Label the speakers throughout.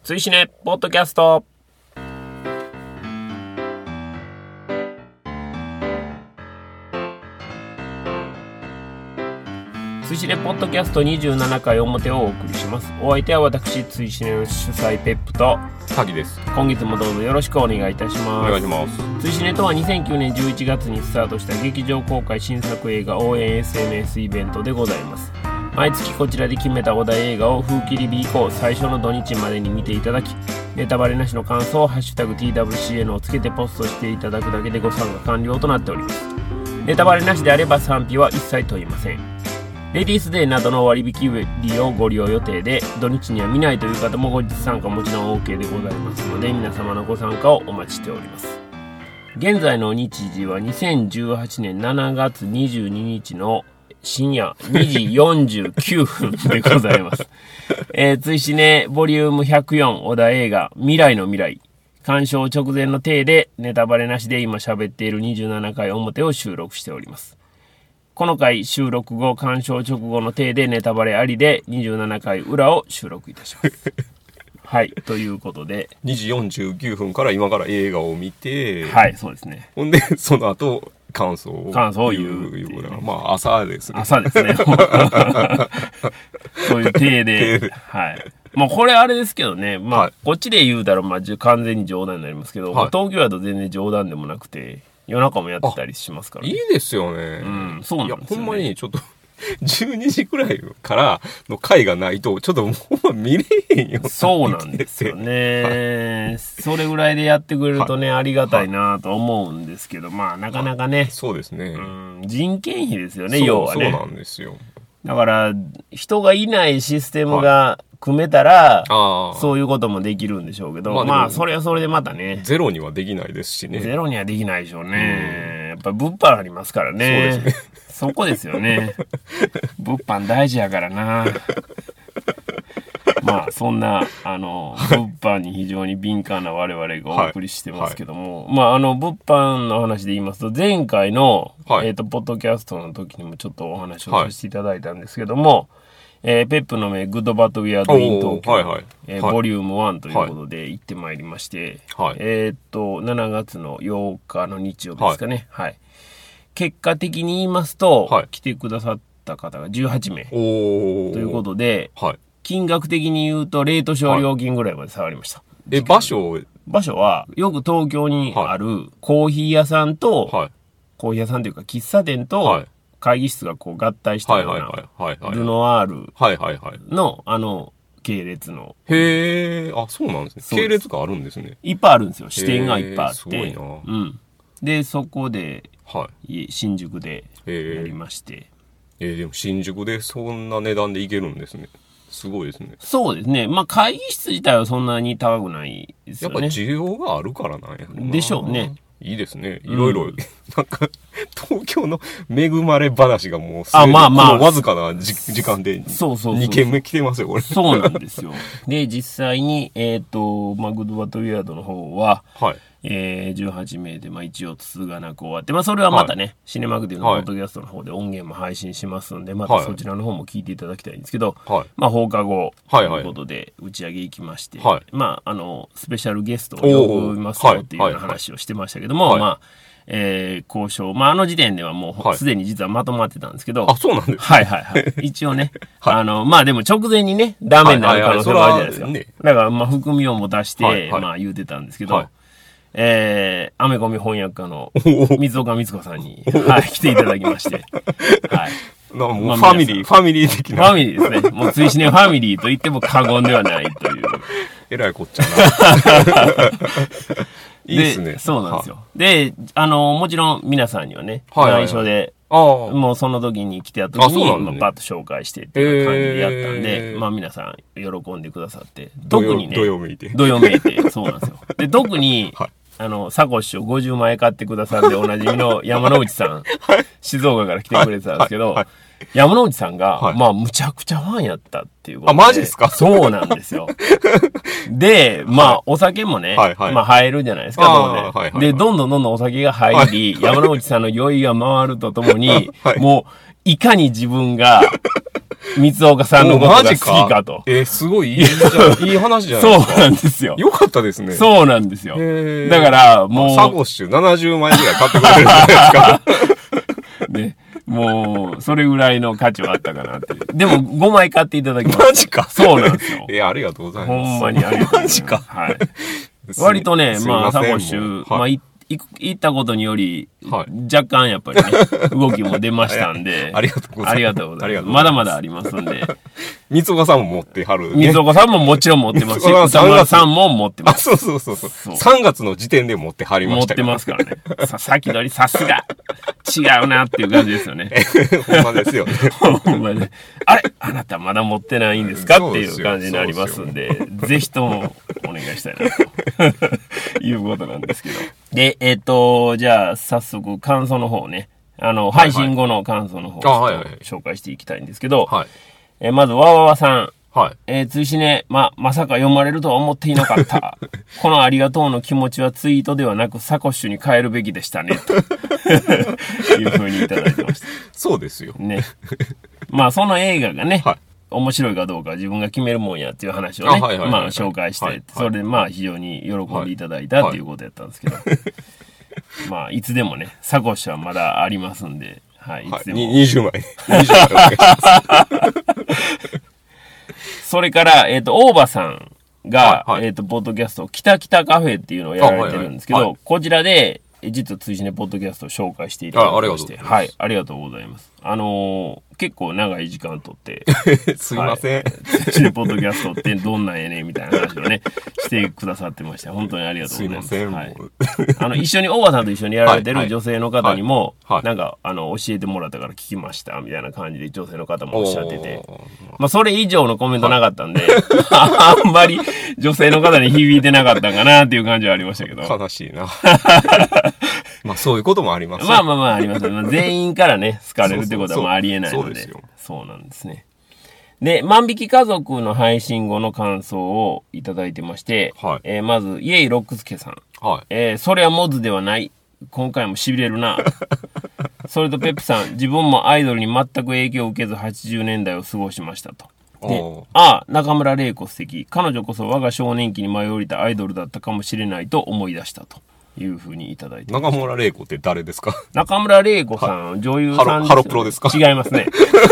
Speaker 1: 追試ねポッドキャスト。追試ねポッドキャスト27回表をお送りします。お相手は私追試ねの主催ペップと
Speaker 2: タギです。
Speaker 1: 今月もどうぞよろしくお願いいたします。
Speaker 2: お願いします。
Speaker 1: 追試ねとは2009年11月にスタートした劇場公開新作映画応援 SNS イベントでございます。毎月こちらで決めたお題映画を風切り日以降最初の土日までに見ていただき、ネタバレなしの感想をハッシュタグ TWCN をつけてポストしていただくだけでご参加完了となっております。ネタバレなしであれば賛否は一切問いません。レディースデーなどの割引日をご利用予定で、土日には見ないという方も後日参加もちろん OK でございますので、皆様のご参加をお待ちしております。現在の日時は2018年7月22日の深夜2時49分でございます。追試ねボリューム104小田映画未来の未来、鑑賞直前の体でネタバレなしで今喋っている27回表を収録しております。この回収録後鑑賞直後の体でネタバレありで27回裏を収録いたします。はい、ということで
Speaker 2: 2時49分から今から映画を見て、
Speaker 1: はい、そうですね。
Speaker 2: ほんでその後感想を
Speaker 1: 言う
Speaker 2: ような、まあ朝ですね。
Speaker 1: 朝ですね。そういう体で、はい。まあこれあれですけどね、まあ、はい、こっちで言うたらまあ完全に冗談になりますけど、はい、東京だと全然冗談でもなくて夜中もやってたりしますからね。
Speaker 2: いいですよね。
Speaker 1: うん、そうなんですよね。
Speaker 2: いやほんまにちょっと12時くらいからの回がないとちょっともう見れへんよ。
Speaker 1: そうなんですよね、はい、それぐらいでやってくれるとね、はい、ありがたいなと思うんですけど、まあなかなかね、はい、
Speaker 2: そうですね、
Speaker 1: 人件費ですよね。要はね、
Speaker 2: そうなんですよ。
Speaker 1: だから人がいないシステムが組めたら、はい、そういうこともできるんでしょうけど、まあそれはそれでまたね、
Speaker 2: ゼロにはできないですしね。
Speaker 1: ゼロにはできないでしょうね、やっぱり物販ありますからね。そうですね、そこですよね。物販大事やからな。まあそんな物販に非常に敏感な我々がお送りしてますけども、はいはい、まあ物販の話で言いますと、前回の、はい、ポッドキャストの時にもちょっとお話をさせていただいたんですけども、はい、ペップの名グッドバッドウィアードイン東京、はいはい、ボリューム1ということで行ってまいりまして、はい、7月の8日の日曜日ですかね。はい、はい、結果的に言いますと、はい、来てくださった方が18名ということで、はい、金額的に言うとレート小料金ぐらいまで下がりました。
Speaker 2: はい、場所
Speaker 1: はよく東京にあるコーヒー屋さんと、はい、コーヒー屋さんというか喫茶店と会議室がこう合体したようなルノワールの系列の。
Speaker 2: へー、あ、そうなんですね。系列があるんですね。
Speaker 1: いっぱいあるんですよ。支店がいっぱいあって。すごいな。うん。で、そこで、はい、新宿でやりまして。
Speaker 2: でも新宿でそんな値段でいけるんですね。すごいですね。
Speaker 1: そうですね。まあ会議室自体はそんなに高くないですよね。
Speaker 2: やっぱ需要があるからなんやな。
Speaker 1: でしょうね。
Speaker 2: いいですね。いろいろ、なんか、東京の恵まれ話がもうわずかな時間で2件目来てますよ、これ。
Speaker 1: そうなんですよ。で、実際に、グッドバッドウィアードの方は、はい、18名で、一応つがなく終わって、それはまたね、はい、シネマグディのポッドキャストの方で音源も配信しますんで、またそちらの方も聞いていただきたいんですけど、はい、放課後ということで打ち上げ行きまして、はい、スペシャルゲストを呼びますよっていうような話をしてましたけども、はい、交渉、あの時点ではもうすでに実はまとまってたんですけど、
Speaker 2: あ、そうなんですか。
Speaker 1: はいはいはい。一応ね、はい、でも直前にね、ダメになる可能性もあるじゃないですか。ね、だから含みをも出して、はいはい、言うてたんですけど、はい、アメコミ翻訳家の水岡光子さんに、はい、来ていただきまして、はい。
Speaker 2: もうファミリー的な。
Speaker 1: ファミリーですね。もう追試ねファミリーと言っても過言ではないという。
Speaker 2: えらいこっちゃな。いいですね。
Speaker 1: そうなんですよ。で、もちろん皆さんにはね、内緒で、もうその時に来てやった時に、パッと紹介してっていう感じでやったんで、皆さん喜んでくださって、特にね、
Speaker 2: どよめいて、
Speaker 1: そうなんですよ。で、特に、はい、サコッシュを50万円買ってくださるでおなじみの山之内さん、はい、静岡から来てくれてたんですけど、はいはいはい、山之内さんが、むちゃくちゃファンやったっていうことで。
Speaker 2: あ、マジですか？
Speaker 1: そうなんですよ。で、お酒もね、入るじゃないですか、当然。で、どんどんお酒が入り、山之内さんの酔いが回るとともに、もう、 いかに自分が、三岡さんのことが好きかと。
Speaker 2: すごいいい話じゃないですか。
Speaker 1: そうなんですよ。
Speaker 2: よかったですね。
Speaker 1: そうなんですよ。だから、もう。
Speaker 2: サコッシュ70万円ぐらい買ってくれるじゃないですか。
Speaker 1: ね。もう、それぐらいの価値はあったかなって。でも、5枚買っていただきます。
Speaker 2: マジか。
Speaker 1: そうなんですよ。
Speaker 2: ありがとうございます。
Speaker 1: ほんまにありがとうございます。
Speaker 2: マジか。
Speaker 1: はい。割とね、まあ、サコッシュ、まあ、行ったことにより、若干やっぱりね、動きも出ましたんで。
Speaker 2: ありがとうございます。
Speaker 1: ありがとうございます。まだまだありますんで。
Speaker 2: 三岡さんも持ってはる。
Speaker 1: 三岡さんももちろん持ってますし、歌村さんも持ってます。
Speaker 2: そう。3月の時点で持ってはりました
Speaker 1: 持ってますからね。先取りさすが。違うなっていう感じですよね。
Speaker 2: ほんまですよね。
Speaker 1: ほんまね。あれあなたまだ持ってないんですかっていう感じになりますんで、ぜひともお願いしたいなということなんですけど。で、じゃあ早速感想の方ね。配信後の感想の方を紹介していきたいんですけど、まずわわわさん。追試ね、まさか読まれるとは思っていなかった。このありがとうの気持ちはツイートではなくサコッシュに変えるべきでしたね。というふうにいただいてました。
Speaker 2: そうですよ。
Speaker 1: ね。まあその映画がね、面白いかどうか自分が決めるもんやっていう話をね、紹介して、それで非常に喜んでいただいたっていうことやったんですけど、まあいつでもね、サコッシュはまだありますんで、いつでも。
Speaker 2: 20枚。20枚お願いします。
Speaker 1: それから、大場さんが、ポッドキャスト、キタキタカフェっていうのをやられてるんですけど、こちらで、実は追試ね、ポッドキャストを紹介していただきまして、ありがとうございます。結構長い時間とって、
Speaker 2: すいません。
Speaker 1: 追試ね、ポッドキャストってどんなんやねみたいな話をね、してくださってました。本当にありがとうございます。
Speaker 2: すいませ
Speaker 1: ん。一緒に、大場さんと一緒にやられてる女性の方にも、なんか、教えてもらったから聞きました、みたいな感じで女性の方もおっしゃってて、まあ、それ以上のコメントなかったんで、あんまり女性の方に響いてなかったかなっていう感じはありましたけど。
Speaker 2: 悲しいな。まあ、そういうこともありますね。
Speaker 1: まあ、あります。全員からね、好かれるってことはありえないので。そうなんですね。で、万引き家族の配信後の感想をいただいてまして、まず、イエイロックスケさん。それはモズではない。今回も痺れるな。それとペップさん、自分もアイドルに全く影響を受けず80年代を過ごしましたと。で、中村玲子素敵。彼女こそ我が少年期に舞い降りたアイドルだったかもしれないと思い出したと。いうふうにいただいて。
Speaker 2: 中村玲子って誰ですか？
Speaker 1: 中村玲子さん、女優さんです。
Speaker 2: ハロプロですか？
Speaker 1: 違いますね。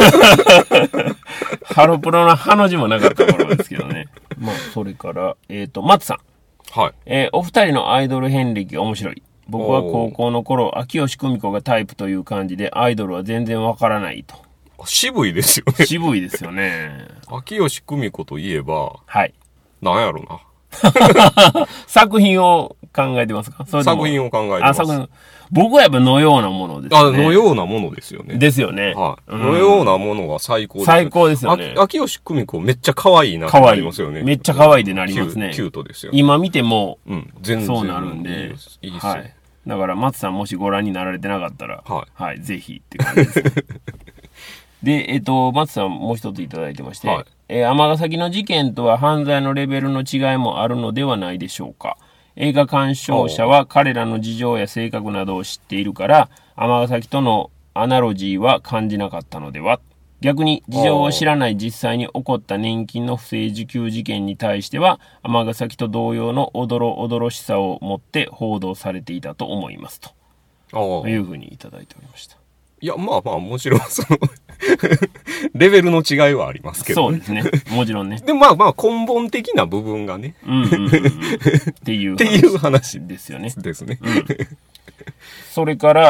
Speaker 1: ハロプロのハの字もなかった頃ですけどね。まあ、それから、松さん。お二人のアイドル遍歴が面白い。僕は高校の頃、秋吉久美子がタイプという感じで、アイドルは全然わからないと。
Speaker 2: 渋いですよね。
Speaker 1: 渋いですよね。
Speaker 2: 秋吉久美子といえば、なんやろな。
Speaker 1: 作品を考えてますか？
Speaker 2: 作品を考えてます。
Speaker 1: 僕はやっぱのようなものですね。
Speaker 2: のようなものですよね。
Speaker 1: ですよね。
Speaker 2: のようなものが最高です。
Speaker 1: 最高ですよね。
Speaker 2: 秋吉久美子めっちゃ可愛いなってなりますよね。
Speaker 1: めっちゃ可愛いでなりますね。
Speaker 2: キュートですよね。
Speaker 1: 今見ても、
Speaker 2: 全然
Speaker 1: そうなるんで。
Speaker 2: いいですよ。
Speaker 1: だから松さんもしご覧になられてなかったら、ぜひって感じですね。で、松さんもう一ついただいてまして、尼崎の事件とは犯罪のレベルの違いもあるのではないでしょうか。映画鑑賞者は彼らの事情や性格などを知っているから、尼崎とのアナロジーは感じなかったのでは。逆に事情を知らない実際に起こった年金の不正受給事件に対しては、尼崎と同様のおどろおどろしさを持って報道されていたと思いますと。いうふうにいただいておりました。
Speaker 2: いや、まあもちろんレベルの違いはありますけど、
Speaker 1: ね。そうですね。もちろんね。
Speaker 2: でもまあ根本的な部分がね。
Speaker 1: っていう話ですよね。
Speaker 2: ですね。
Speaker 1: それから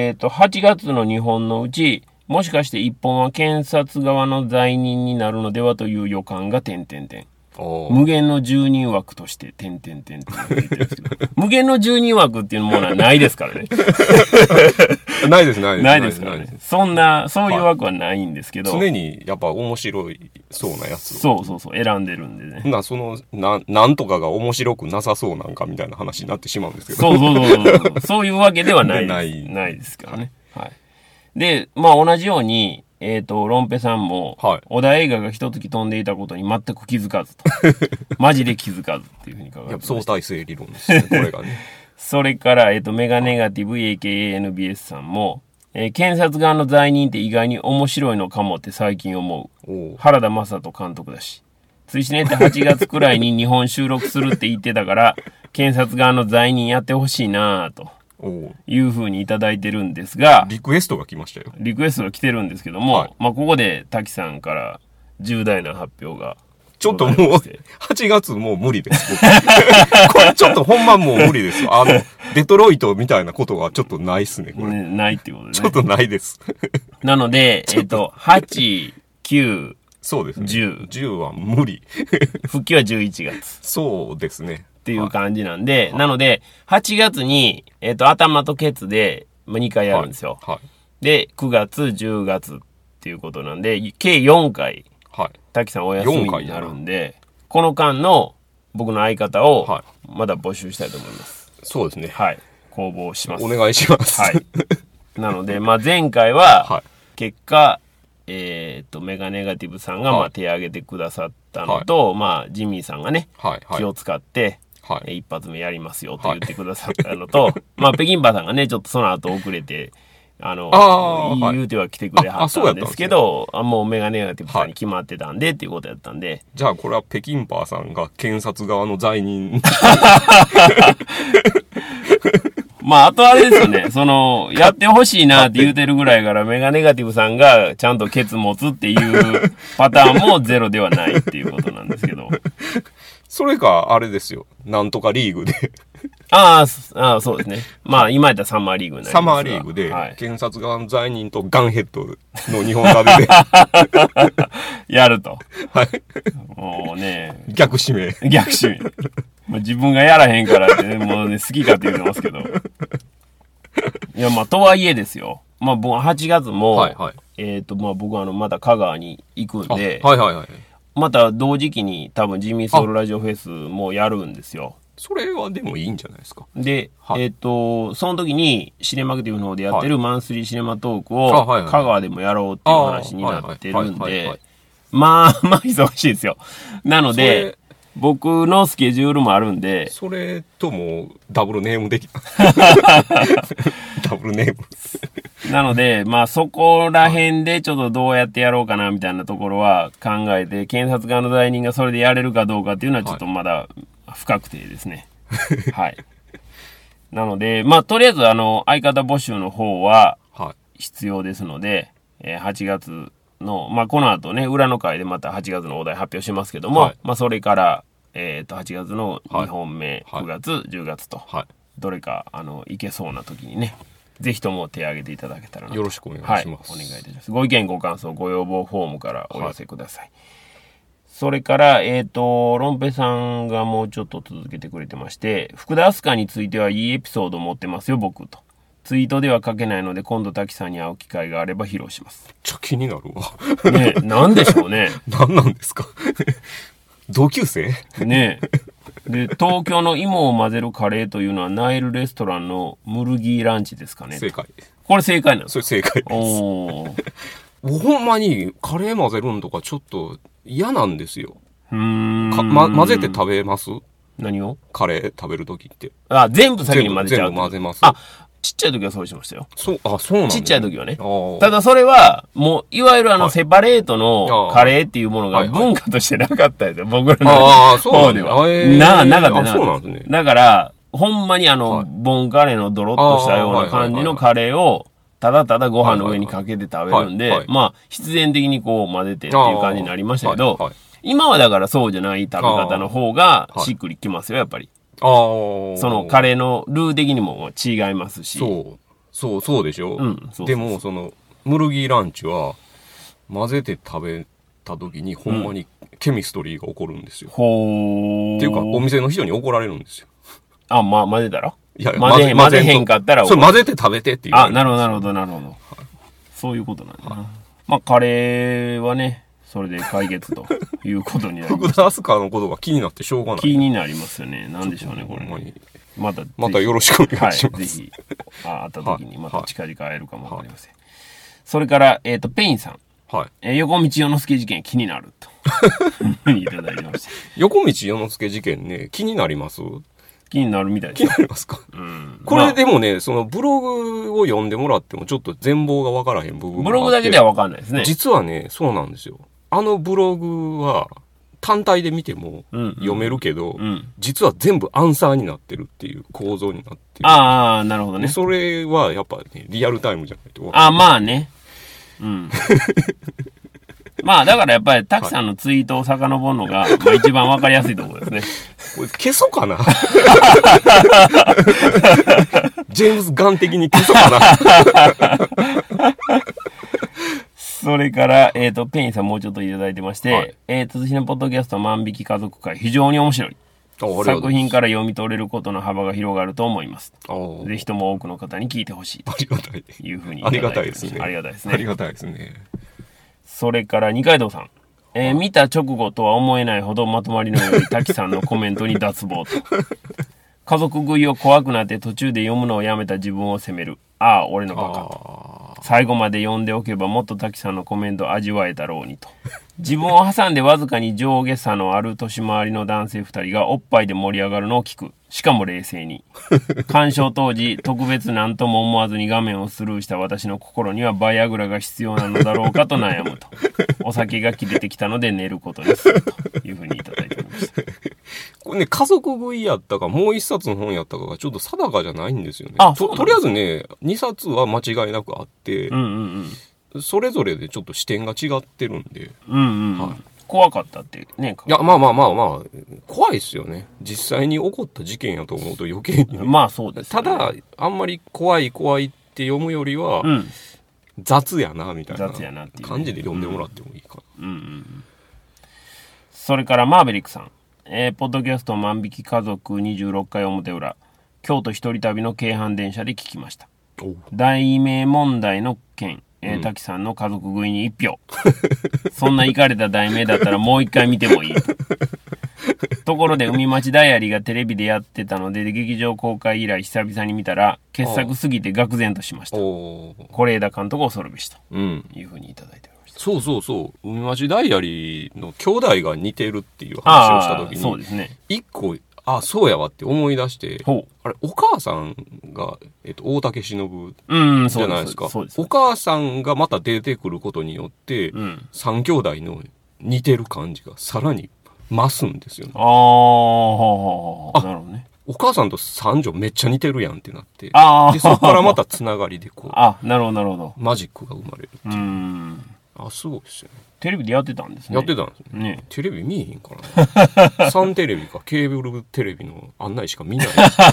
Speaker 1: 、8月の2本のうち、もしかして1本は検察側の罪人になるのではという予感が無限の住人枠としてって言ってるんですけど無限の住人枠っていうものはないですからね。
Speaker 2: ないです
Speaker 1: からね。そういう枠はないんですけど、
Speaker 2: 常にやっぱ面白いそうなやつ
Speaker 1: をそう選んでるんでね。
Speaker 2: なんとかが面白くなさそうなんかみたいな話になってしまうんですけど。
Speaker 1: そういうわけではないですからね。で、まあ同じようにロンペさんも、小田映画が一月飛んでいたことに全く気づかずと。マジで気づかずっていうふうに書かれてました。
Speaker 2: 相対性理論ですね、これがね。
Speaker 1: それから、メガネガティブ AKA NBS さんも、 検察側の罪人って意外に面白いのかもって最近思う。原田雅人監督だし。追試ねって8月くらいに日本収録するって言ってたから、検察側の罪人やってほしいなぁという風にいただいてるんですが、
Speaker 2: リクエストが来ましたよ。
Speaker 1: リクエストが来てるんですけども、はい、まあここで滝さんから重大な発表が。
Speaker 2: ちょっともう、8月もう無理です。これちょっとほんまもう無理です。デトロイトみたいなことがちょっとないっすね、これ。
Speaker 1: ないってことでね。
Speaker 2: ちょっとないです。
Speaker 1: なので、8、9、
Speaker 2: そうですね。
Speaker 1: 10。
Speaker 2: 10は無理。
Speaker 1: 復帰は11月。
Speaker 2: そうですね。
Speaker 1: っていう感じなんで、なので、8月に、頭とケツで、2回やるんですよ。で、9月、10月っていうことなんで、計4回。滝さんお休みになるんで、この間の僕の相方をまだ募集したいと思います。
Speaker 2: そうですね。
Speaker 1: はい。公募します。
Speaker 2: お願いします。
Speaker 1: はい。なので、まあ前回は、結果、メガネガティブさんが手を挙げてくださったのと、まあジミーさんがね、気を使って、一発目やりますよと言ってくださったのと、まあ北京パさんがね、ちょっとその後遅れて、言うては来てくれはったんですけど、もうメガネガティブさんに決まってたんでっていうことやったんで。
Speaker 2: じゃあこれは北京パーさんが検察側の罪人。
Speaker 1: まあ、あとあれですよね。やってほしいなって言うてるぐらいから、メガネガティブさんがちゃんとケツ持つっていうパターンもゼロではないっていうことなんですけど。
Speaker 2: それか、あれですよ。なんとかリーグで。
Speaker 1: そうですね。まあ、今やったらサマーリーグになります。
Speaker 2: サマーリーグで、検察側の罪人とガンヘッドの2本立てで。
Speaker 1: やると。
Speaker 2: はい。
Speaker 1: もうね。
Speaker 2: 逆指名。
Speaker 1: 逆指名。自分がやらへんからってね、もうね、好きかって言ってますけど。いや、まあ、とはいえですよ。まあ、僕8月も、まあ、僕はまた香川に行くんで、また同時期に多分ジミーソウルラジオフェスもやるんですよ。
Speaker 2: それはでもいいんじゃないですか。
Speaker 1: で、その時にシネマクティブの方でやってるマンスリーシネマトークを香川でもやろうっていう話になってるんで、まあ忙しいですよ。なので、僕のスケジュールもあるんで。
Speaker 2: それともダブルネームできた。ダブルネーム。
Speaker 1: なので、まあそこら辺でちょっとどうやってやろうかなみたいなところは考えて、検察側の罪人がそれでやれるかどうかっていうのはちょっとまだ不確定ですね。はい。なので、まあとりあえず相方募集の方は必要ですので、8月の、まあこの後ね、裏の回でまた8月のお題発表しますけども、まあそれから、8月の2本目、9月、10月と、どれか、いけそうな時にね、ぜひとも手を挙げていただけたらなと。
Speaker 2: よろしくお願いします。
Speaker 1: お願いいたします。ご意見、ご感想、ご要望フォームからお寄せください。それから、ロンペさんがもうちょっと続けてくれてまして、福田明日香についてはいいエピソード持ってますよ、僕と。ツイートでは書けないので、今度滝さんに会う機会があれば披露します。
Speaker 2: ちょ、気になるわ。
Speaker 1: ねえ、なんでしょうね。
Speaker 2: 何なんですか同級生
Speaker 1: ねえ。で、東京の芋を混ぜるカレーというのはナイルレストランのムルギーランチですかね。
Speaker 2: 正解。
Speaker 1: これ正解なんですか？
Speaker 2: それ正解です。ほんまにカレー混ぜるんとかちょっと嫌なんですよ。混ぜて食べます？
Speaker 1: 何を？
Speaker 2: カレー食べるときって。
Speaker 1: 全部先に混ぜちゃう。
Speaker 2: 全部混ぜます。
Speaker 1: ちっちゃい時はそうしましたよ。
Speaker 2: そうなんですね。
Speaker 1: ちっちゃい時はね。ただそれは、もう、いわゆるセパレートのカレーっていうものが文化としてなかったですよ。僕らの方では。なかった
Speaker 2: そうなんですね。
Speaker 1: だから、ほんまにボンカレーのドロッとしたような感じのカレーを、ただただご飯の上にかけて食べるんで、まあ、必然的にこう混ぜてっていう感じになりましたけど、今はだからそうじゃない食べ方の方がしっくりきますよ、やっぱり。そのカレーのルー的にも違いますし。
Speaker 2: そうでしょ。でも、ムルギーランチは、混ぜて食べた時に、ほんまにケミストリーが起こるんですよ。っていうか、お店の人に怒られるんですよ。
Speaker 1: 混ぜたら？
Speaker 2: いや、
Speaker 1: 混ぜへんかったら。
Speaker 2: それ混ぜて食べてっていう。
Speaker 1: なるほど。そういうことなんだな。まあ、カレーはね、それで解決ということになります。
Speaker 2: 福田明日香のことが気になってしょうがない。
Speaker 1: 気になりますよね。なんでしょうね、これね。ま
Speaker 2: たよろしくお願いします。
Speaker 1: ぜひ、会った時にまた近々会えるかもわかりません。それから、ペインさん。横道世之助事件気になると。いただいてました。
Speaker 2: 横道世之助事件ね、気になります？
Speaker 1: 気になるみたいです。
Speaker 2: 気になりますか？うん。これでもね、そのブログを読んでもらってもちょっと全貌がわからへん部分もあって。
Speaker 1: ブログだけではわかんないですね。
Speaker 2: 実はね、そうなんですよ。ブログは単体で見ても読めるけど、実は全部アンサーになってるっていう構造になってる。
Speaker 1: ああ、なるほどね。
Speaker 2: それはやっぱね、リアルタイムじゃないと。
Speaker 1: まあね。うん。まあだからやっぱり滝さんのツイートを遡るのが、まあ、一番わかりやすいところですね。
Speaker 2: これ消そうかなジェームズ・ガン的に消そうかな
Speaker 1: それから、ペインさんもうちょっといただいてまして、はい、続きのポッドキャスト万引き家族会非常に面白い。作品から読み取れることの幅が広がると思います。ぜひとも多くの方に聞いてほしいというふうにいただいてます。
Speaker 2: ありがたいですね。
Speaker 1: ありがたいですね。
Speaker 2: ありがたいですね。
Speaker 1: それから二階堂さん、見た直後とは思えないほどまとまりのよい滝さんのコメントに脱帽と。家族食いを怖くなって途中で読むのをやめた自分を責める。ああ、俺のバカと。最後まで読んでおけばもっと滝さんのコメントを味わえたろうにと。自分を挟んでわずかに上下差のある年回りの男性2人がおっぱいで盛り上がるのを聞く。しかも冷静に。鑑賞当時、特別何とも思わずに画面をスルーした私の心にはバイアグラが必要なのだろうかと悩むと。お酒が切れてきたので寝ることにするというふうにいただいておりました。
Speaker 2: これね、家族食いやったか、もう一冊の本やったかがちょっと定かじゃないんですよね。とりあえずね、2冊は間違いなくあって、それぞれでちょっと視点が違ってるんで。
Speaker 1: はい、怖かったってね。
Speaker 2: いや、まあ、怖いですよね。実際に起こった事件やと思うと余計に。
Speaker 1: まあそうです、
Speaker 2: ね。ただ、あんまり怖いって読むよりは、雑やな、みたいな感じで読んでもらってもいいかな。
Speaker 1: それからマーベリックさん。ポッドキャスト万引き家族26回表裏。京都一人旅の京阪電車で聞きました。題名問題の件。滝さんの家族食いに1票。そんなイカれた題名だったらもう一回見てもいいと。ところで海町ダイアリーがテレビでやってたので劇場公開以来久々に見たら傑作すぎて愕然としました。是枝監督恐るべしというふうにいただいておりました。
Speaker 2: そう海町ダイアリーの兄弟が似てるっていう話をした時に
Speaker 1: そうですね。
Speaker 2: 一個そうやわって思い出して、あれ、お母さんが、大竹しのぶじゃないですか。お母さんがまた出てくることによって、三兄弟の似てる感じがさらに増すんですよね。
Speaker 1: なるほどね。
Speaker 2: お母さんと三女めっちゃ似てるやんってなって、でそこからまたつながりでこう、
Speaker 1: なるほど。
Speaker 2: マジックが生まれるっていう。すごいですよね。
Speaker 1: テレビでやってたんですね。
Speaker 2: やってたんですね。テレビ見えへんからね。サンテレビかケーブルテレビの案内しか見ない。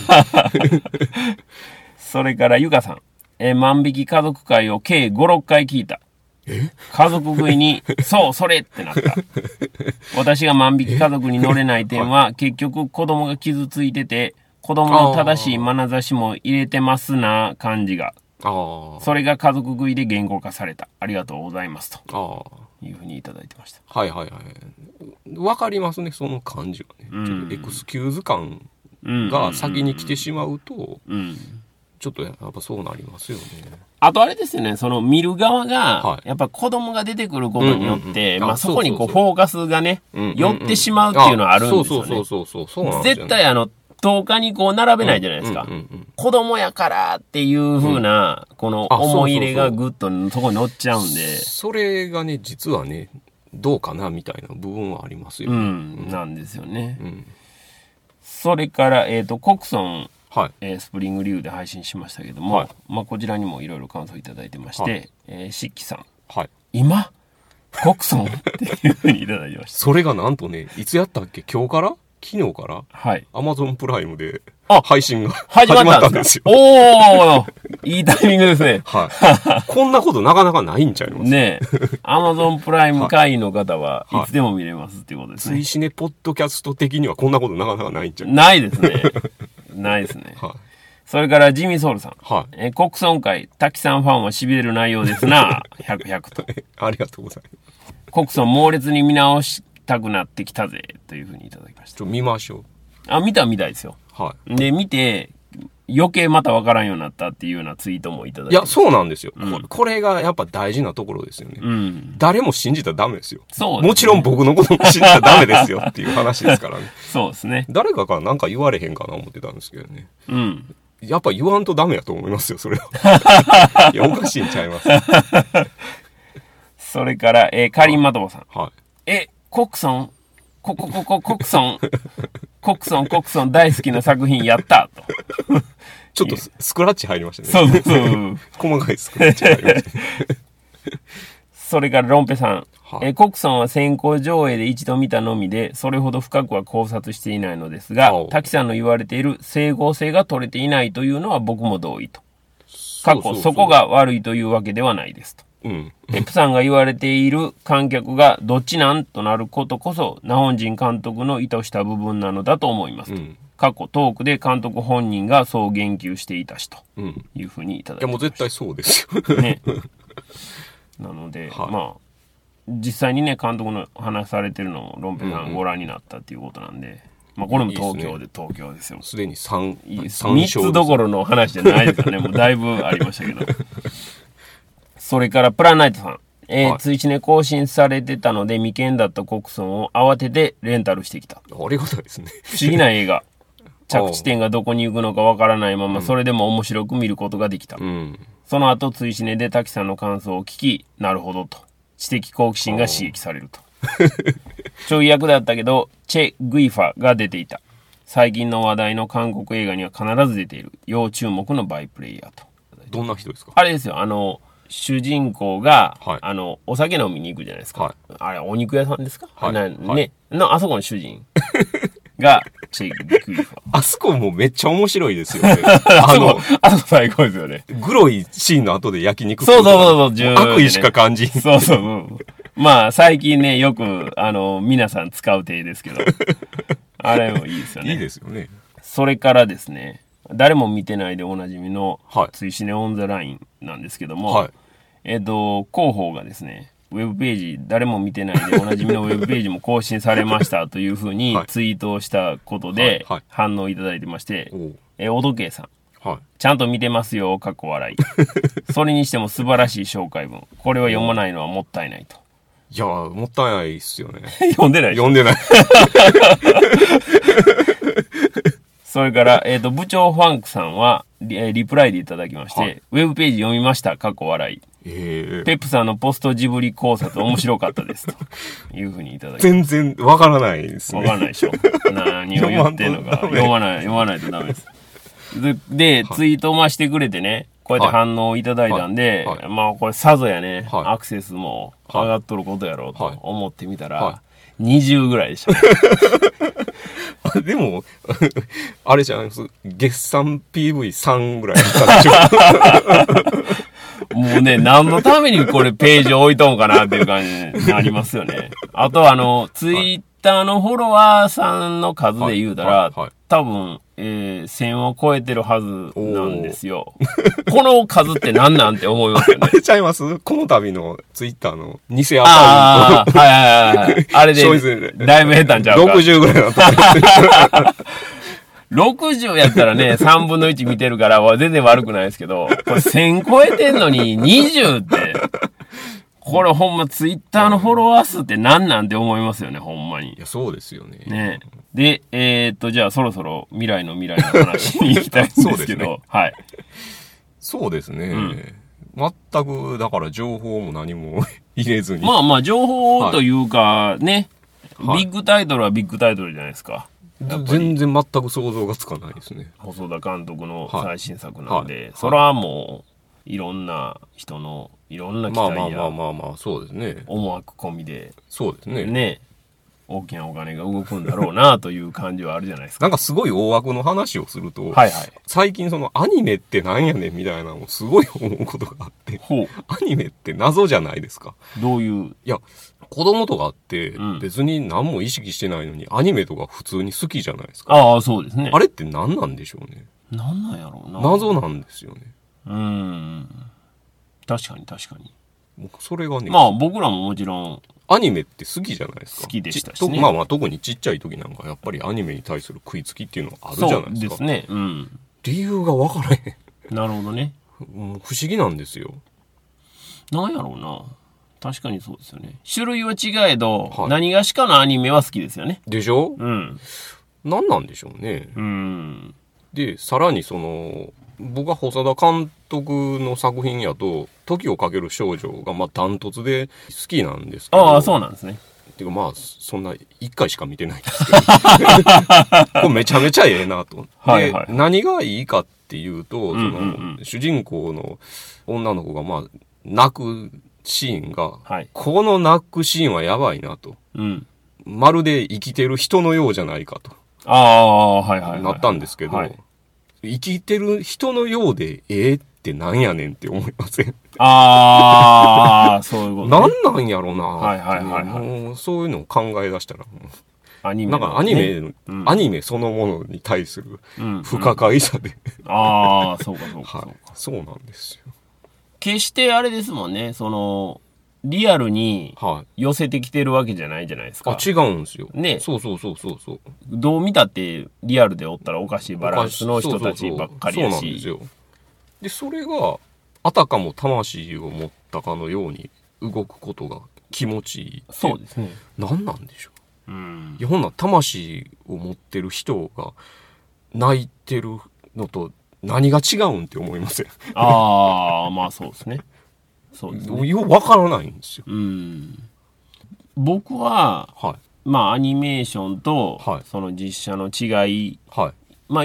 Speaker 1: それからゆかさん。万引き家族会を計5、6回聞いた。家族食いに、それってなった。私が万引き家族に乗れない点は、結局子供が傷ついてて、子供の正しい眼差しも入れてますな感じが。それが家族食いで言語化された。ありがとうございますと。いうふうにいただいてました。
Speaker 2: わかりますね、その感じはね。ちょっとエクスキューズ感が先に来てしまうと、ちょっとやっぱそうなりますよね。
Speaker 1: あとあれですよね、その見る側が、やっぱ子供が出てくることによって、そこにこうフォーカスがね、寄ってしまうっていうのはあるんですよね。そう絶対10日にこう並べないじゃないですか。子供やからっていう風な、この思い入れがぐっとそこに乗っちゃうんで。
Speaker 2: それがね、実はね、どうかなみたいな部分はありますよね。
Speaker 1: なんですよね。それから、コクソン、スプリングリューで配信しましたけども、こちらにもいろいろ感想いただいてまして、シッキさん。今コクソンっていう風にいただきました。
Speaker 2: それがなんとね、いつやったっけ？今日から？昨日からアマゾンプライムで配信が始まったんですよ。
Speaker 1: いいタイミングですね。
Speaker 2: こんなことなかなかないんちゃいます
Speaker 1: ね。アマゾンプライム会員の方はいつでも見れますっていうことですね。
Speaker 2: 追試ねポッドキャスト的にはこんなことなかなかないんちゃいます。
Speaker 1: ないですね。ないですね。それからジミーソウルさん。コクソン会、滝さんファンは痺れる内容ですな。100と。
Speaker 2: ありがとうございます。
Speaker 1: コクソン猛烈に見直したくなってきたぜというふうにいただきました。
Speaker 2: 見ましょ
Speaker 1: う。見たみたいですよ。で見て余計またわからんようになったっていうようなツイートもいただいて。
Speaker 2: いや、そうなんですよ。これがやっぱ大事なところですよね。誰も信じたらダメですよ。そうですね。もちろん僕のことも信じたらダメですよっていう話ですからね。
Speaker 1: そうですね。
Speaker 2: 誰かからなんか言われへんかな思ってたんですけどね。やっぱ言わんとダメやと思いますよ、それは。いや、おかしいんちゃいます。
Speaker 1: それから、カリンマトボさん。
Speaker 2: はい。
Speaker 1: コクソンコクソン大好きな作品やったと。
Speaker 2: ちょっとスクラッチ入りましたね。
Speaker 1: そう。
Speaker 2: 細かいスクラッチ入りましたね。
Speaker 1: それからロンペさん。コクソンは先行上映で一度見たのみで、それほど深くは考察していないのですが、滝さんの言われている整合性が取れていないというのは僕も同意と。そこが悪いというわけではないですと。ペップさんが言われている観客がどっちなんとなることこそ、ナホンジン監督の意図した部分なのだと思いますと。トークで監督本人がそう言及していたしというふうにいただきました。
Speaker 2: いやもう絶対そうですよ。
Speaker 1: ね。なので、まあ、実際にね、監督の話されてるのをロンペさんご覧になったっていうことなんで、まあこれも東京ですよ。
Speaker 2: すでに3
Speaker 1: つどころの話じゃないですよね。もうだいぶありましたけど。それからプラナイトさん。追試ね更新されてたので未見だったコクソンを慌ててレンタルしてきた。
Speaker 2: ありがたいですね。
Speaker 1: 不思議な映画。着地点がどこに行くのかわからないまま、それでも面白く見ることができた。その後、追試ねで滝さんの感想を聞き、なるほどと。知的好奇心が刺激されると。ちょい役だったけど、チェ・グイファが出ていた。最近の話題の韓国映画には必ず出ている。要注目のバイプレイヤーと。
Speaker 2: どんな人ですか？
Speaker 1: あれですよ、主人公が、お酒飲みに行くじゃないですか。あれ、お肉屋さんですか？ね。あそこの主人が、チェ・グイファ。
Speaker 2: あそこもめっちゃ面白いですよね。
Speaker 1: あそこ最高ですよね。
Speaker 2: グロいシーンの後で焼肉
Speaker 1: そう、
Speaker 2: 悪意しか感じん。
Speaker 1: そう。まあ、最近ね、よく、皆さん使う手ですけど、あれもいいですよね。
Speaker 2: いいですよね。
Speaker 1: それからですね、誰も見てないでおなじみの、追試ねオンザラインなんですけども、広報がですね、ウェブページ、誰も見てないでおなじみのウェブページも更新されましたというふうにツイートをしたことで反応いただいてまして、おどけいさん。ちゃんと見てますよ、かっこ笑い。それにしても素晴らしい紹介文。これは読まないのはもったいないと。
Speaker 2: いやー、もったいないっすよね。
Speaker 1: 読んでない。それから、部長ファンクさんはリプライでいただきまして、ウェブページ読みました、かっこ笑い。ペップさんのポストジブリ考察面白かったですというふうにいただきました。
Speaker 2: 全然わからないですね。
Speaker 1: わからないでしょ。何を言ってんのか。読まないとダメです。で、ツイートをしてくれてね、こうやって反応をいただいたんで、まあこれさぞやね、アクセスも上がっとることやろうと思ってみたら、20ぐらいでした。
Speaker 2: でも、あれじゃないです。月産 PV3 ぐらいだったでしょ。
Speaker 1: もうね、何のためにこれページ置いとんかなっていう感じになりますよね。あとツイッターのフォロワーさんの数で言うたら、多分、1000を超えてるはずなんですよ。この数って何なんて思いますよね。
Speaker 2: あれちゃいます？この度のツイッターの偽アカウント。
Speaker 1: あれで、だいぶ減ったんちゃうか。
Speaker 2: 60ぐらいだった。
Speaker 1: 60やったらね、3分の1見てるから、全然悪くないですけど、これ1000超えてんのに20って、これほんまツイッターのフォロワー数って何なんて思いますよね、ほんまに。
Speaker 2: いや、そうですよね。
Speaker 1: ね。で、じゃあそろそろ未来の話に行きたいんですけど、はい。
Speaker 2: そうですね。全く、だから情報も何も入れずに。
Speaker 1: まあ、情報というか、ね、ビッグタイトルはビッグタイトルじゃないですか。
Speaker 2: 全然全く想像がつかないですね。
Speaker 1: 細田監督の最新作なんで、それはもう、いろんな人の、いろんな期待や、
Speaker 2: そうですね。
Speaker 1: 思惑込みで、
Speaker 2: そうですね。
Speaker 1: ね、大きなお金が動くんだろうなという感じはあるじゃないですか。
Speaker 2: なんかすごい大枠の話をすると、最近そのアニメってなんやねんみたいなのをすごい思うことがあって、アニメって謎じゃないですか。
Speaker 1: どういう？
Speaker 2: いや、子供とかって別に何も意識してないのにアニメとか普通に好きじゃないですか。
Speaker 1: ああ、そうですね。
Speaker 2: あれって何なんでしょうね。
Speaker 1: 何なんやろうな。
Speaker 2: 謎なんですよね。
Speaker 1: 確かに。
Speaker 2: それがね。
Speaker 1: まあ僕らももちろん。
Speaker 2: アニメって好きじゃないですか。
Speaker 1: 好きでしたしね。
Speaker 2: まあ特にちっちゃい時なんかやっぱりアニメに対する食いつきっていうのがあるじゃないですか。
Speaker 1: そうですね。
Speaker 2: 理由が分からへ
Speaker 1: ん。なるほどね。
Speaker 2: 不思議なんですよ。
Speaker 1: なんやろうな。確かにそうですよね。種類は違えど、はい、何がしかのアニメは好きですよね。
Speaker 2: でしょ？
Speaker 1: うん。
Speaker 2: 何なんでしょうね。で、さらに僕が細田監督の作品やと、時をかける少女がダントツで好きなんですけど。
Speaker 1: ああ、そうなんですね。
Speaker 2: てかそんな1回しか見てないんですけど。これめちゃめちゃええなと。はいはい、で、何がいいかっていうと、主人公の女の子が泣くシーンが、はい、この泣くシーンはやばいなと。まるで生きてる人のようじゃないかと。なったんですけど、はい、生きてる人のようでってなんやねんって思いません？
Speaker 1: そういうこと、ね。
Speaker 2: なんやろな、もうそういうのを考え出したらアニメ、ね、アニメそのものに対する不可解さで、
Speaker 1: そうかそうか、はい、
Speaker 2: そうなんですよ。
Speaker 1: 決してあれですもんね、リアルに寄せてきてるわけじゃないじゃないですか。
Speaker 2: 違うんですよ。
Speaker 1: ね。
Speaker 2: そう。
Speaker 1: どう見たってリアルでおったらおかしいバランスの人たちばっかりやし。
Speaker 2: そうなんですよ。で、それがあたかも魂を持ったかのように動くことが気持ちいいって。
Speaker 1: そうですね。
Speaker 2: 何なんでしょう。いや、ほんなら魂を持ってる人が泣いてるのと何が違うんって思いません？
Speaker 1: そうですね。そうですね。
Speaker 2: よくわからないんですよ。
Speaker 1: 僕は、はい、アニメーションと、はい、その実写の違い、はい、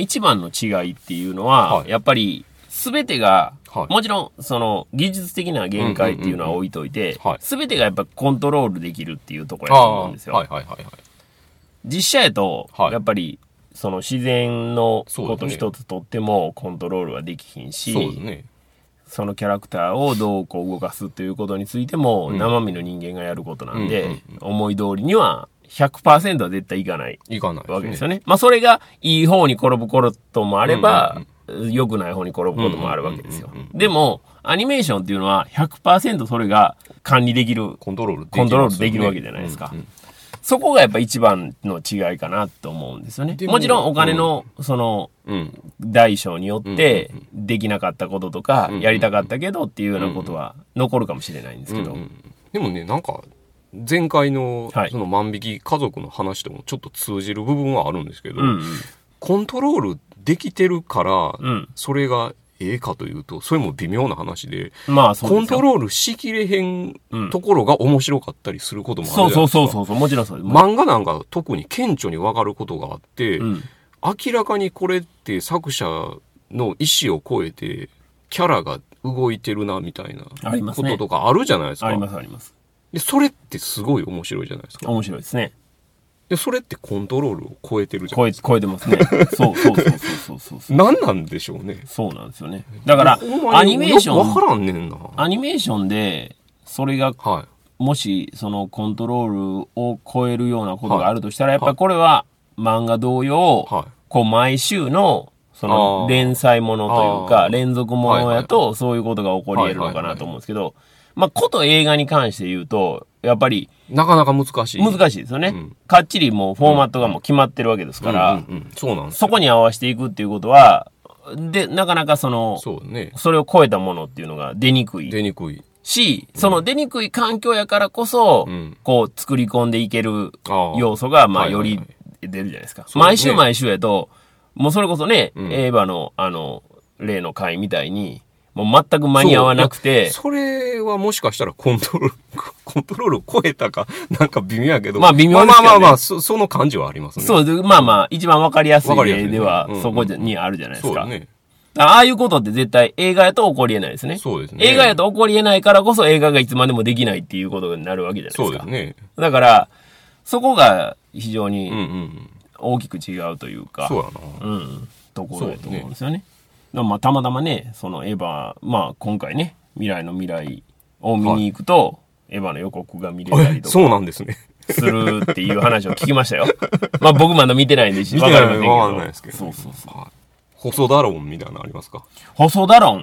Speaker 1: 一番の違いっていうのは、はい、やっぱり全てが、はい、もちろんその技術的な限界っていうのは置いといて、全てがやっぱコントロールできるっていうところやと思うんですよ。実写やと、はい、やっぱりその自然のこと一つとってもコントロールはできひんし、そうですね。そのキャラクターをどう動かすということについても、生身の人間がやることなんで、思い通りには 100% は絶対いかないわけですよね。それがいい方に転ぶこともあれば、良くない方に転ぶこともあるわけですよ。でも、アニメーションっていうのは 100% それが管理できる、コントロールできるわけじゃないですか。そこがやっぱ一番の違いかなと思うんですよね。もちろんお金の大小によってできなかったこととかやりたかったけどっていうようなことは残るかもしれないんですけど。
Speaker 2: でもね、なんか前回のその万引き家族の話ともちょっと通じる部分はあるんですけど、コントロールできてるからそれがかというと、それも微妙な話で、コントロールしきれへんところが面白かったりすることもあるじゃないですか。
Speaker 1: そう、もちろんそうです。
Speaker 2: 漫画なんか特に顕著に分かることがあって、明らかにこれって作者の意思を超えて、キャラが動いてるな、みたいなこととかあるじゃないですか。
Speaker 1: あります。
Speaker 2: で、それってすごい面白いじゃないですか。
Speaker 1: 面白いですね。
Speaker 2: で、それってコントロールを超えてるじゃないですか。
Speaker 1: 超えてますね。そう。
Speaker 2: 何なんでしょうね。
Speaker 1: そうなんですよね。だから、アニメーション。
Speaker 2: わからんねんな。
Speaker 1: アニメーションで、それが、もし、そのコントロールを超えるようなことがあるとしたら、やっぱりこれは漫画同様、こう毎週の、その連載ものというか、連続ものやと、そういうことが起こり得るのかなと思うんですけど、こと映画に関して言うと、やっぱり、
Speaker 2: なかなか難しい。
Speaker 1: 難しいですよね。かっちりもうフォーマットがもう決まってるわけですから、
Speaker 2: そうなんです。
Speaker 1: そこに合わせていくっていうことは、で、なかなかそれを超えたものっていうのが出にくい。し、その出にくい環境やからこそ、こう作り込んでいける要素が、より出るじゃないですか。毎週やと、もうそれこそね、エヴァの例の回みたいに、もう全く間に合わなくて。
Speaker 2: それはもしかしたらコントロールを超えたか、なんか微妙やけど。
Speaker 1: 微妙ですけどね。
Speaker 2: その感じはありますね。
Speaker 1: そう、一番わかりやすい例では、そこにあるじゃないですか。ああいうことって絶対映画やと起こり得ないですね。
Speaker 2: そうですね。
Speaker 1: 映画やと起こり得ないからこそ映画がいつまでもできないっていうことになるわけじゃないですか。
Speaker 2: そうですね。
Speaker 1: だから、そこが非常に大きく違うというか、
Speaker 2: そうやな。
Speaker 1: ところだと思うんですよね。たまたまね、そのエヴァ、今回ね、未来の未来を見に行くと、エヴァの予告が見れたりとか。
Speaker 2: そうなんですね。
Speaker 1: するっていう話を聞きましたよ。僕まだ見てないんでわかりませんけど。
Speaker 2: わかんないですけど。
Speaker 1: そう。
Speaker 2: 細田論みたいなのありますか？
Speaker 1: 細田論。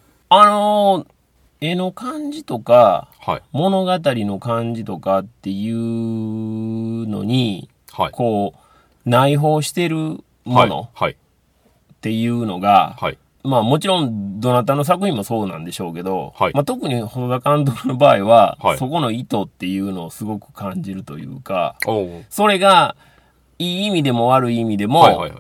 Speaker 1: 絵の感じとか、物語の感じとかっていうのに、こう、内包してるもの。っっていうのが、
Speaker 2: はい。
Speaker 1: まあもちろんどなたの作品もそうなんでしょうけど、
Speaker 2: はい。
Speaker 1: まあ特に細田監督の場合は、
Speaker 2: はい、
Speaker 1: そこの意図っていうのをすごく感じるというか、
Speaker 2: お
Speaker 1: それがいい意味でも悪い意味でも、
Speaker 2: はいはいはい、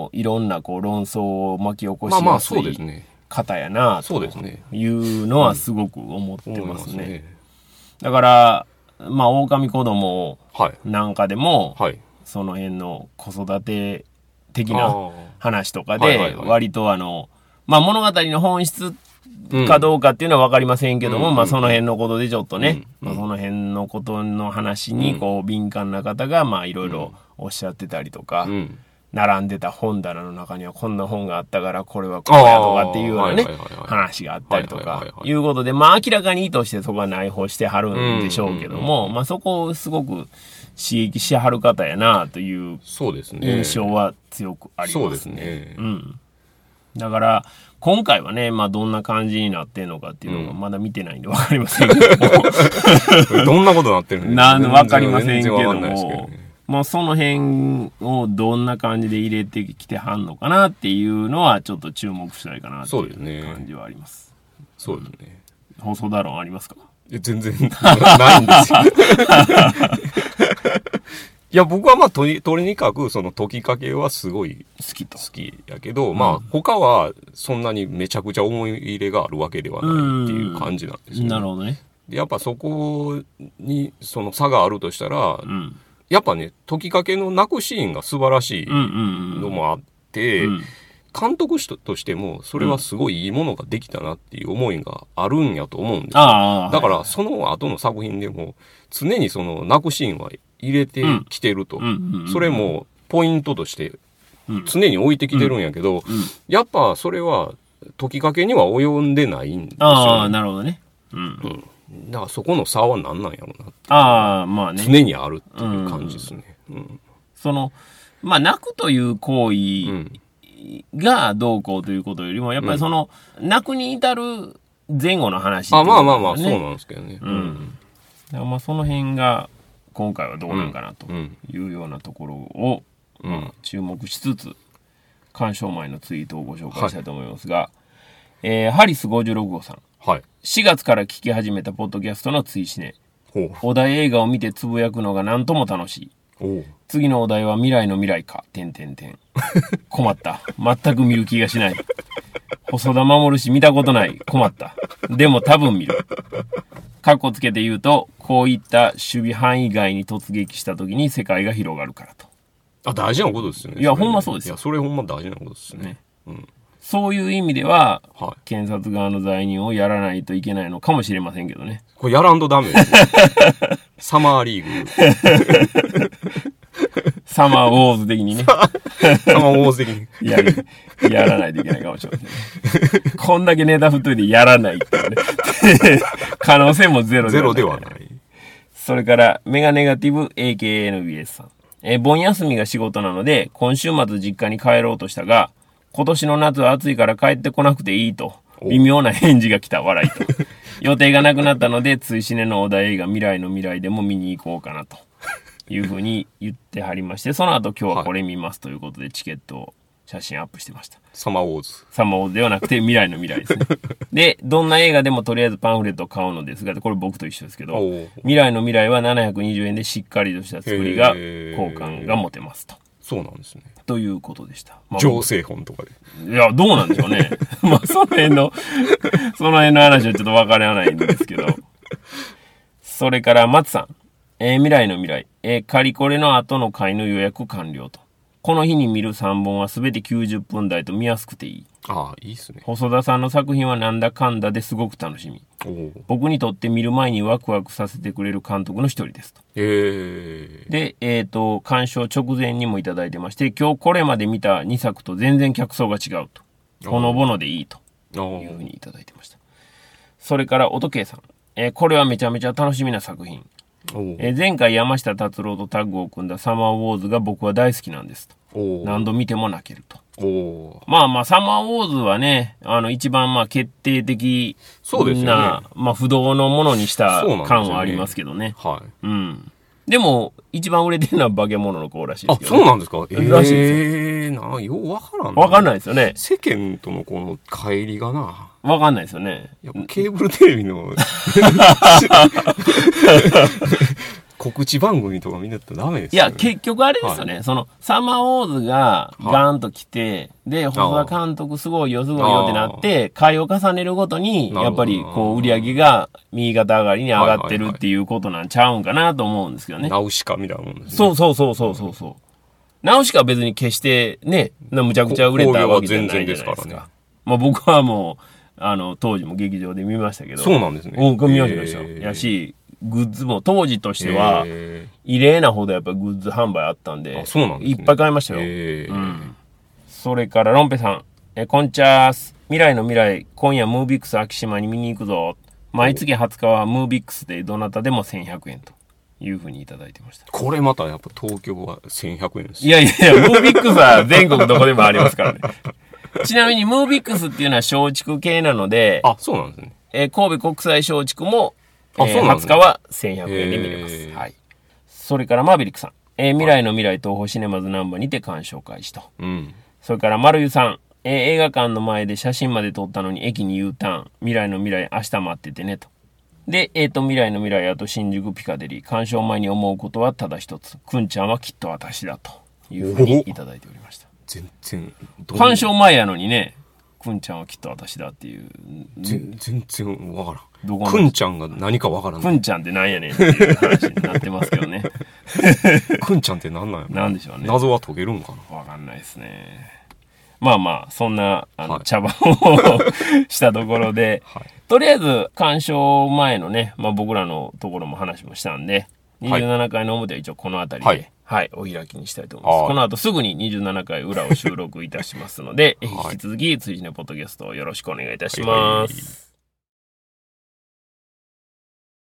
Speaker 1: いろんなこう論争を巻き起こしやすい方やなというのはすごく思ってますね。だから、まあ狼子供なんかでも、
Speaker 2: はい、
Speaker 1: その辺の子育て的な話とかで、割とまあ物語の本質かどうかっていうのは分かりませんけども、まあその辺のことでちょっとね、まあその辺のことの話にこう敏感な方がまあいろいろおっしゃってたりとか、並んでた本棚の中にはこんな本があったからこれはこうやとかっていうようなね、話があったりとか、いうことで、まあ明らかに意図してそこは内包してはるんでしょうけども、まあそこをすごく刺激しはる方やなという印象は強くありますね。
Speaker 2: そうですね。
Speaker 1: うん。だから今回はね、まあどんな感じになってんのかっていうのがまだ見てないんでわかりませんけども、
Speaker 2: どんなことなってる
Speaker 1: のわかりませんけども、まあその辺をどんな感じで入れてきてはんのかなっていうのはちょっと注目したいかなっていう感じはあります。
Speaker 2: そうですね。
Speaker 1: 細田論ありますか？
Speaker 2: 全然ないんですよ。いや、僕はまあとにかくその解きかけはすごい好きやけど、まあ他はそんなにめちゃくちゃ思い入れがあるわけではないっていう感じなんですよね。
Speaker 1: なるほどね。
Speaker 2: でやっぱそこにその差があるとしたら、やっぱね、解きかけの泣くシーンが素晴らしいのもあって、監督としてもそれはすごいいいものができたなっていう思いがあるんやと思うんですよ。だからその後の作品でも常にその泣くシーンは入れてきてると。それもポイントとして常に置いてきてるんやけど、やっぱそれは解きかけには及んでないんですよ、ね。
Speaker 1: ああ、なるほどね。
Speaker 2: だからそこの差は何なんやろうなって。
Speaker 1: まあね。
Speaker 2: 常にあるっていう感じですね。
Speaker 1: まあ泣くという行為がどうこうということよりも、やっぱり泣くに至る前後の話っていう、ね。
Speaker 2: まあそうなんですけどね。
Speaker 1: だからまあその辺が今回はどうなんかなというようなところを、注目しつつ、鑑賞前のツイートをご紹介したいと思いますが、ハリス56号さん。4月から聞き始めたポッドキャストの追試ね。お題映画を見てつぶやくのが何とも楽しい。次のお題は未来の未来か。困った。全く見る気がしない。細田守氏見たことない。困った。でも多分見る。カッコつけて言うと、こういった守備範囲外に突撃した時に世界が広がるからと。
Speaker 2: 大事なことですよね。
Speaker 1: いや、ほんまそうですよ。
Speaker 2: いや、それほんま大事なことですね。
Speaker 1: そういう意味では、検察側の罪人をやらないといけないのかもしれませんけどね。
Speaker 2: これやらんとダメですね。サマーリーグ。
Speaker 1: サマーウォーズ的にね。
Speaker 2: サマーウォーズ的に。
Speaker 1: やらないといけないかもしれません。こんだけネタ振っといてやらないっていうね。可能性もゼロ
Speaker 2: ではない。
Speaker 1: それから、メガネガティブ AKNBS さん。盆休みが仕事なので、今週末実家に帰ろうとしたが、今年の夏は暑いから帰ってこなくていいと、微妙な返事が来た。笑いと。予定がなくなったので、追試ねのお題映画未来の未来でも見に行こうかなというふうに言ってはりまして、その後今日はこれ見ますということでチケットを写真アップしてました。
Speaker 2: サマーウォーズ。
Speaker 1: サマーウォーズではなくて未来の未来ですね。で、どんな映画でもとりあえずパンフレットを買うのですが、これ僕と一緒ですけど、未来の未来は720円でしっかりとした作りが、好感が持てますと。
Speaker 2: そうなんですね。
Speaker 1: ということでした。
Speaker 2: 情勢本とかで。
Speaker 1: いや、どうなんでしょうね。まあ、その辺の話はちょっとわからないんですけど。それから、松さん。未来の未来。カリコレの後の回の予約完了と。この日に見る3本はすべて90分台と見やすくていい。
Speaker 2: いいっすね。
Speaker 1: 細田さんの作品はなんだかんだですごく楽しみ。僕にとって見る前にワクワクさせてくれる監督の一人ですと。で、鑑賞直前にもいただいてまして、今日これまで見た2作と全然客層が違うと。ほのぼのでいいというふうにいただいてました。それから、音圭さん。これはめちゃめちゃ楽しみな作品。前回山下達郎とタッグを組んだサマーウォーズが僕は大好きなんですと。何度見ても泣けると。まあサマーウォーズはね、一番決定的な、不動のものにした感はありますけどね。 でも、一番売れてるのは化け物の子らしいですけど、
Speaker 2: ね。あ、そうなんですか？
Speaker 1: らしいです
Speaker 2: よ。ようわからんな。
Speaker 1: わかんないですよね。
Speaker 2: 世間とのこの乖離がな。
Speaker 1: わかんないですよね。
Speaker 2: やっぱケーブルテレビの告知番組とか見なったらダメですよね。
Speaker 1: いや、結局あれですよね。はい、その、サマーウォーズがガーンと来て、で、細田監督すごいよすごいよってなって、回を重ねるごとに、やっぱりこう、売り上げが右肩上がりに上がってるっていうことなんちゃうんかなと思うんですけどね。
Speaker 2: ナウシカみたいなもんですね。
Speaker 1: そう。ナウシカは別に決してね、むちゃくちゃ売れたわけじゃないじゃないですか。まあ僕はもう、当時も劇場で見ましたけど。
Speaker 2: そうなんですね。
Speaker 1: 見ました。やし、グッズも当時としては、異例なほどやっぱグッズ販売あったんで、
Speaker 2: そうなんですね、
Speaker 1: いっぱい買いましたよ。それからロンペさん、こんちゃーす。未来の未来、今夜ムービックス昭島に見に行くぞ。毎月20日はムービックスでどなたでも1100円というふうにいただいてました。
Speaker 2: これまたやっぱ東京は1100円です。
Speaker 1: いや、ムービックスは全国どこでもありますからね。ちなみにムービックスっていうのは松竹系なので、
Speaker 2: あ、そうなんですね。
Speaker 1: 神戸国際松竹も、20日は1100円で見れます。はい。それからマーベリックさん。未来の未来東宝シネマズナンバーにて鑑賞開始と。それから丸湯さん。映画館の前で写真まで撮ったのに駅に U ターン。未来の未来明日待っててねと。で、未来の未来あと新宿ピカデリー。鑑賞前に思うことはただ一つ。くんちゃんはきっと私だというふうにいただいておりました。
Speaker 2: 全然。
Speaker 1: 鑑賞前やのにね。くんちゃんはきっと私だっていう。
Speaker 2: 全然わからん。くんちゃんが何かわからん。
Speaker 1: くんちゃんって何やねんっていう話になってますけどね。
Speaker 2: くんちゃんって何なんやろ。
Speaker 1: なんでしょうね。
Speaker 2: 謎は解けるんかな。
Speaker 1: わかんないですね。まあまあ、そんな、茶番をしたところで、とりあえず、鑑賞前のね、まあ僕らのところも話もしたんで、27回の表は一応この辺りで、お開きにしたいと思います。この後すぐに27回裏を収録いたしますので、引き続き、追試のポッドキャストをよろしくお願いいたします。